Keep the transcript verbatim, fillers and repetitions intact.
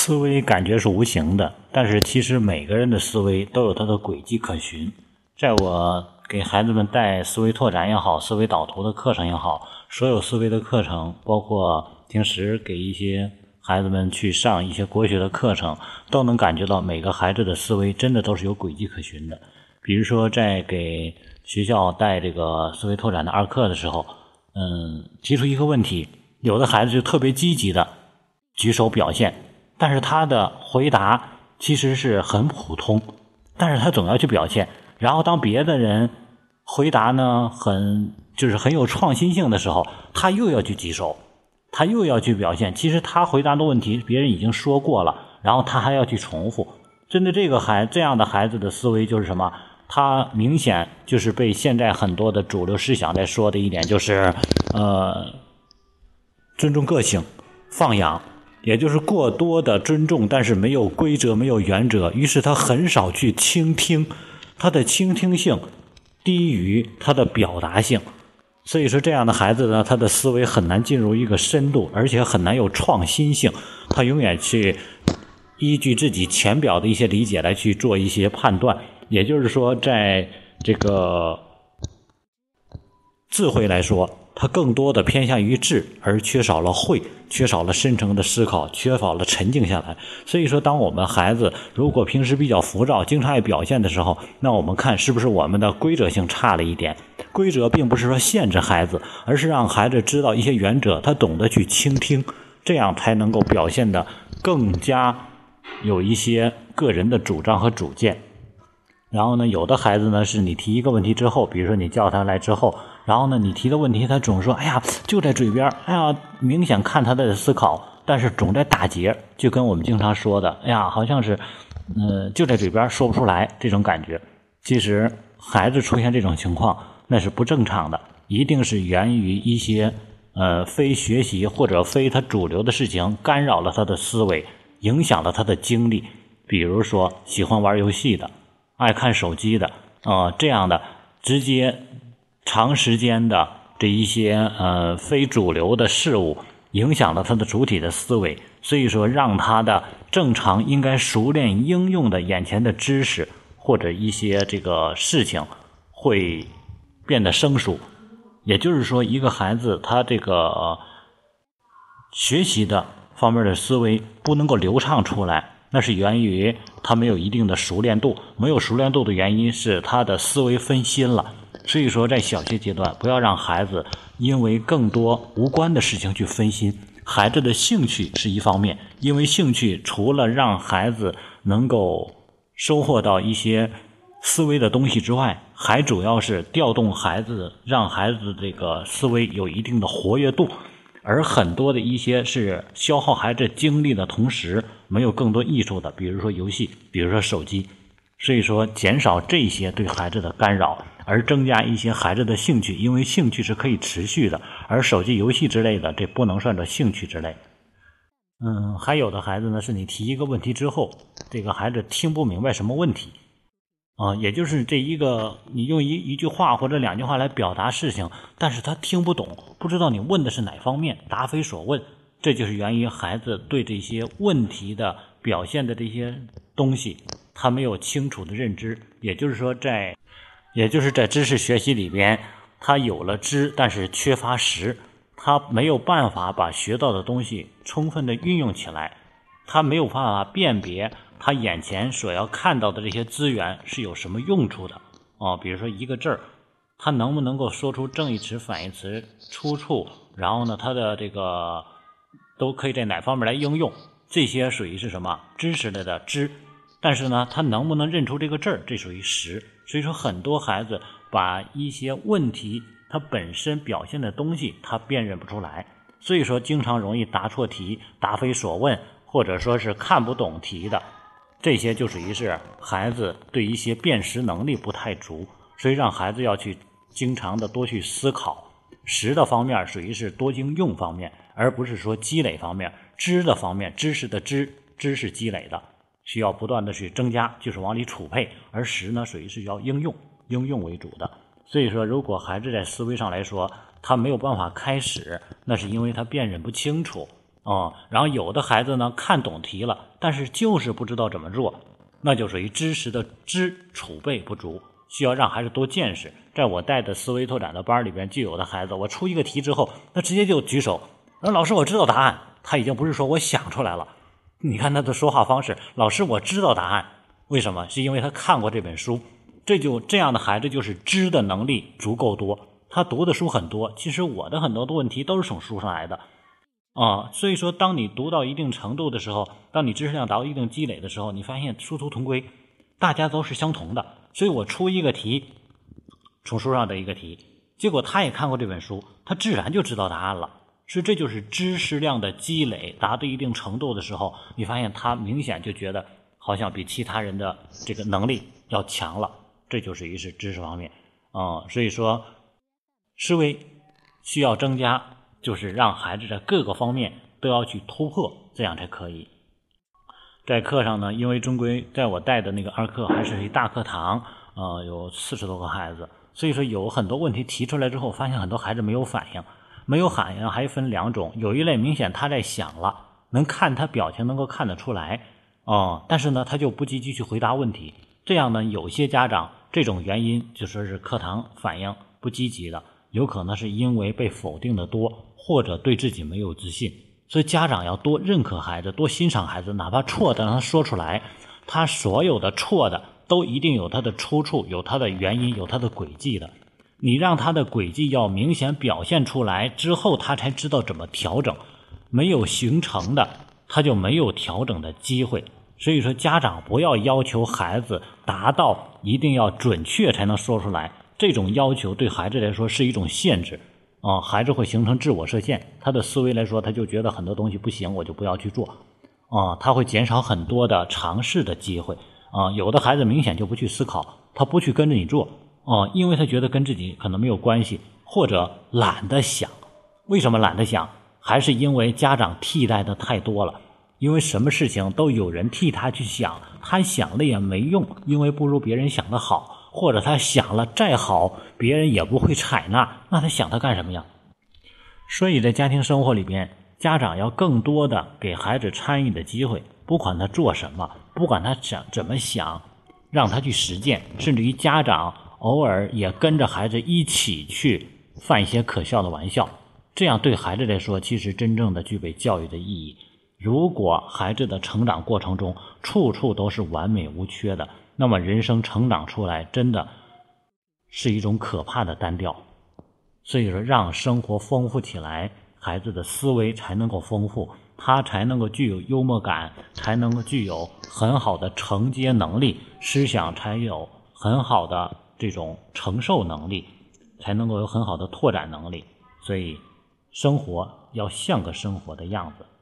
思维感觉是无形的，但是其实每个人的思维都有它的轨迹可循。在我给孩子们带思维拓展也好，思维导图的课程也好，所有思维的课程，包括平时给一些孩子们去上一些国学的课程，都能感觉到每个孩子的思维真的都是有轨迹可循的。比如说在给学校带这个思维拓展的二课的时候，嗯，提出一个问题，有的孩子就特别积极的举手表现，但是他的回答其实是很普通，但是他总要去表现。然后当别的人回答呢很就是很有创新性的时候，他又要去举手，他又要去表现。其实他回答的问题别人已经说过了，然后他还要去重复。针对这个孩这样的孩子的思维就是什么？他明显就是被现在很多的主流思想在说的一点就是呃尊重个性，放养，也就是过多的尊重，但是没有规则，没有原则，于是他很少去倾听，他的倾听性低于他的表达性。所以说这样的孩子呢，他的思维很难进入一个深度，而且很难有创新性，他永远去依据自己浅表的一些理解来去做一些判断。也就是说在这个智慧来说，它更多的偏向于智，而缺少了慧，缺少了深层的思考，缺少了沉静下来。所以说当我们孩子如果平时比较浮躁，经常爱表现的时候，那我们看是不是我们的规则性差了一点。规则并不是说限制孩子，而是让孩子知道一些原则，他懂得去倾听，这样才能够表现得更加有一些个人的主张和主见。然后呢，有的孩子呢是你提一个问题之后，比如说你叫他来之后，然后呢你提的问题他总说哎呀就在嘴边，哎呀明显看他在思考，但是总在打结，就跟我们经常说的哎呀好像是呃就在嘴边说不出来这种感觉。其实孩子出现这种情况那是不正常的，一定是源于一些呃非学习或者非他主流的事情干扰了他的思维，影响了他的精力。比如说喜欢玩游戏的，爱看手机的呃这样的直接长时间的这一些呃非主流的事物影响了他的主体的思维，所以说让他的正常应该熟练应用的眼前的知识或者一些这个事情会变得生疏。也就是说一个孩子他这个、呃、学习的方面的思维不能够流畅出来，那是源于他没有一定的熟练度，没有熟练度的原因是他的思维分心了。所以说在小学阶段不要让孩子因为更多无关的事情去分心，孩子的兴趣是一方面，因为兴趣除了让孩子能够收获到一些思维的东西之外，还主要是调动孩子，让孩子这个思维有一定的活跃度。而很多的一些是消耗孩子精力的同时没有更多益处的，比如说游戏，比如说手机。所以说减少这些对孩子的干扰，而增加一些孩子的兴趣，因为兴趣是可以持续的，而手机游戏之类的这不能算作兴趣之类。嗯，还有的孩子呢是你提一个问题之后，这个孩子听不明白什么问题啊，也就是这一个你用一一句话或者两句话来表达事情，但是他听不懂，不知道你问的是哪方面，答非所问。这就是源于孩子对这些问题的表现的这些东西他没有清楚的认知。也就是说在也就是在知识学习里边，他有了知但是缺乏识，他没有办法把学到的东西充分的运用起来，他没有办法辨别他眼前所要看到的这些资源是有什么用处的哦。比如说一个字儿，他能不能够说出正义词、反义词、出处，然后呢他的这个都可以在哪方面来应用，这些属于是什么知识类的知。但是呢他能不能认出这个字儿，这属于识。所以说很多孩子把一些问题它本身表现的东西他辨认不出来，所以说经常容易答错题，答非所问，或者说是看不懂题的，这些就属于是孩子对一些辨识能力不太足。所以让孩子要去经常的多去思考。识的方面属于是多应用方面，而不是说积累方面。知的方面，知识的知，知识积累的需要不断的去增加，就是往里储备。而识呢属于是要应用，应用为主的。所以说如果孩子在思维上来说他没有办法开始，那是因为他辨认不清楚哦，然后有的孩子呢看懂题了，但是就是不知道怎么做，那就属于知识的知储备不足，需要让孩子多见识。在我带的思维拓展的班里边，就有的孩子我出一个题之后，那直接就举手，那老师我知道答案，他已经不是说我想出来了，你看他的说话方式，老师我知道答案，为什么？是因为他看过这本书。这就这样的孩子就是知的能力足够多，他读的书很多，其实我的很多的问题都是从书上来的啊，所以说当你读到一定程度的时候，当你知识量达到一定积累的时候，你发现殊途同归，大家都是相同的。所以我出一个题，从书上的一个题，结果他也看过这本书，他自然就知道答案了。所以这就是知识量的积累达到一定程度的时候，你发现他明显就觉得好像比其他人的这个能力要强了，这就属于是知识方面啊、嗯。所以说思维需要增加，就是让孩子在各个方面都要去突破，这样才可以。在课上呢，因为终归在我带的那个二课还是一大课堂，呃，有四十多个孩子，所以说有很多问题提出来之后，发现很多孩子没有反应，没有反应还分两种，有一类明显他在想了，能看他表情能够看得出来，哦、呃，但是呢，他就不积极去回答问题。这样呢，有些家长这种原因就说是课堂反应不积极的，有可能是因为被否定的多，或者对自己没有自信。所以家长要多认可孩子，多欣赏孩子，哪怕错的让他说出来，他所有的错的都一定有他的出处，有他的原因，有他的轨迹的。你让他的轨迹要明显表现出来之后，他才知道怎么调整，没有形成的他就没有调整的机会。所以说家长不要要求孩子达到一定要准确才能说出来，这种要求对孩子来说是一种限制啊、呃，孩子会形成自我设限，他的思维来说他就觉得很多东西不行，我就不要去做啊、呃，他会减少很多的尝试的机会啊、呃。有的孩子明显就不去思考，他不去跟着你做啊、呃，因为他觉得跟自己可能没有关系，或者懒得想。为什么懒得想？还是因为家长替代的太多了。因为什么事情都有人替他去想，他想了也没用，因为不如别人想的好，或者他想了再好，别人也不会采纳，那他想他干什么呀？所以在家庭生活里边，家长要更多的给孩子参与的机会，不管他做什么，不管他想怎么想，让他去实践，甚至于家长偶尔也跟着孩子一起去犯一些可笑的玩笑，这样对孩子来说其实真正的具备教育的意义。如果孩子的成长过程中处处都是完美无缺的，那么人生成长出来真的是一种可怕的单调。所以说让生活丰富起来，孩子的思维才能够丰富，他才能够具有幽默感，才能够具有很好的承接能力，思想才有很好的这种承受能力，才能够有很好的拓展能力。所以生活要像个生活的样子。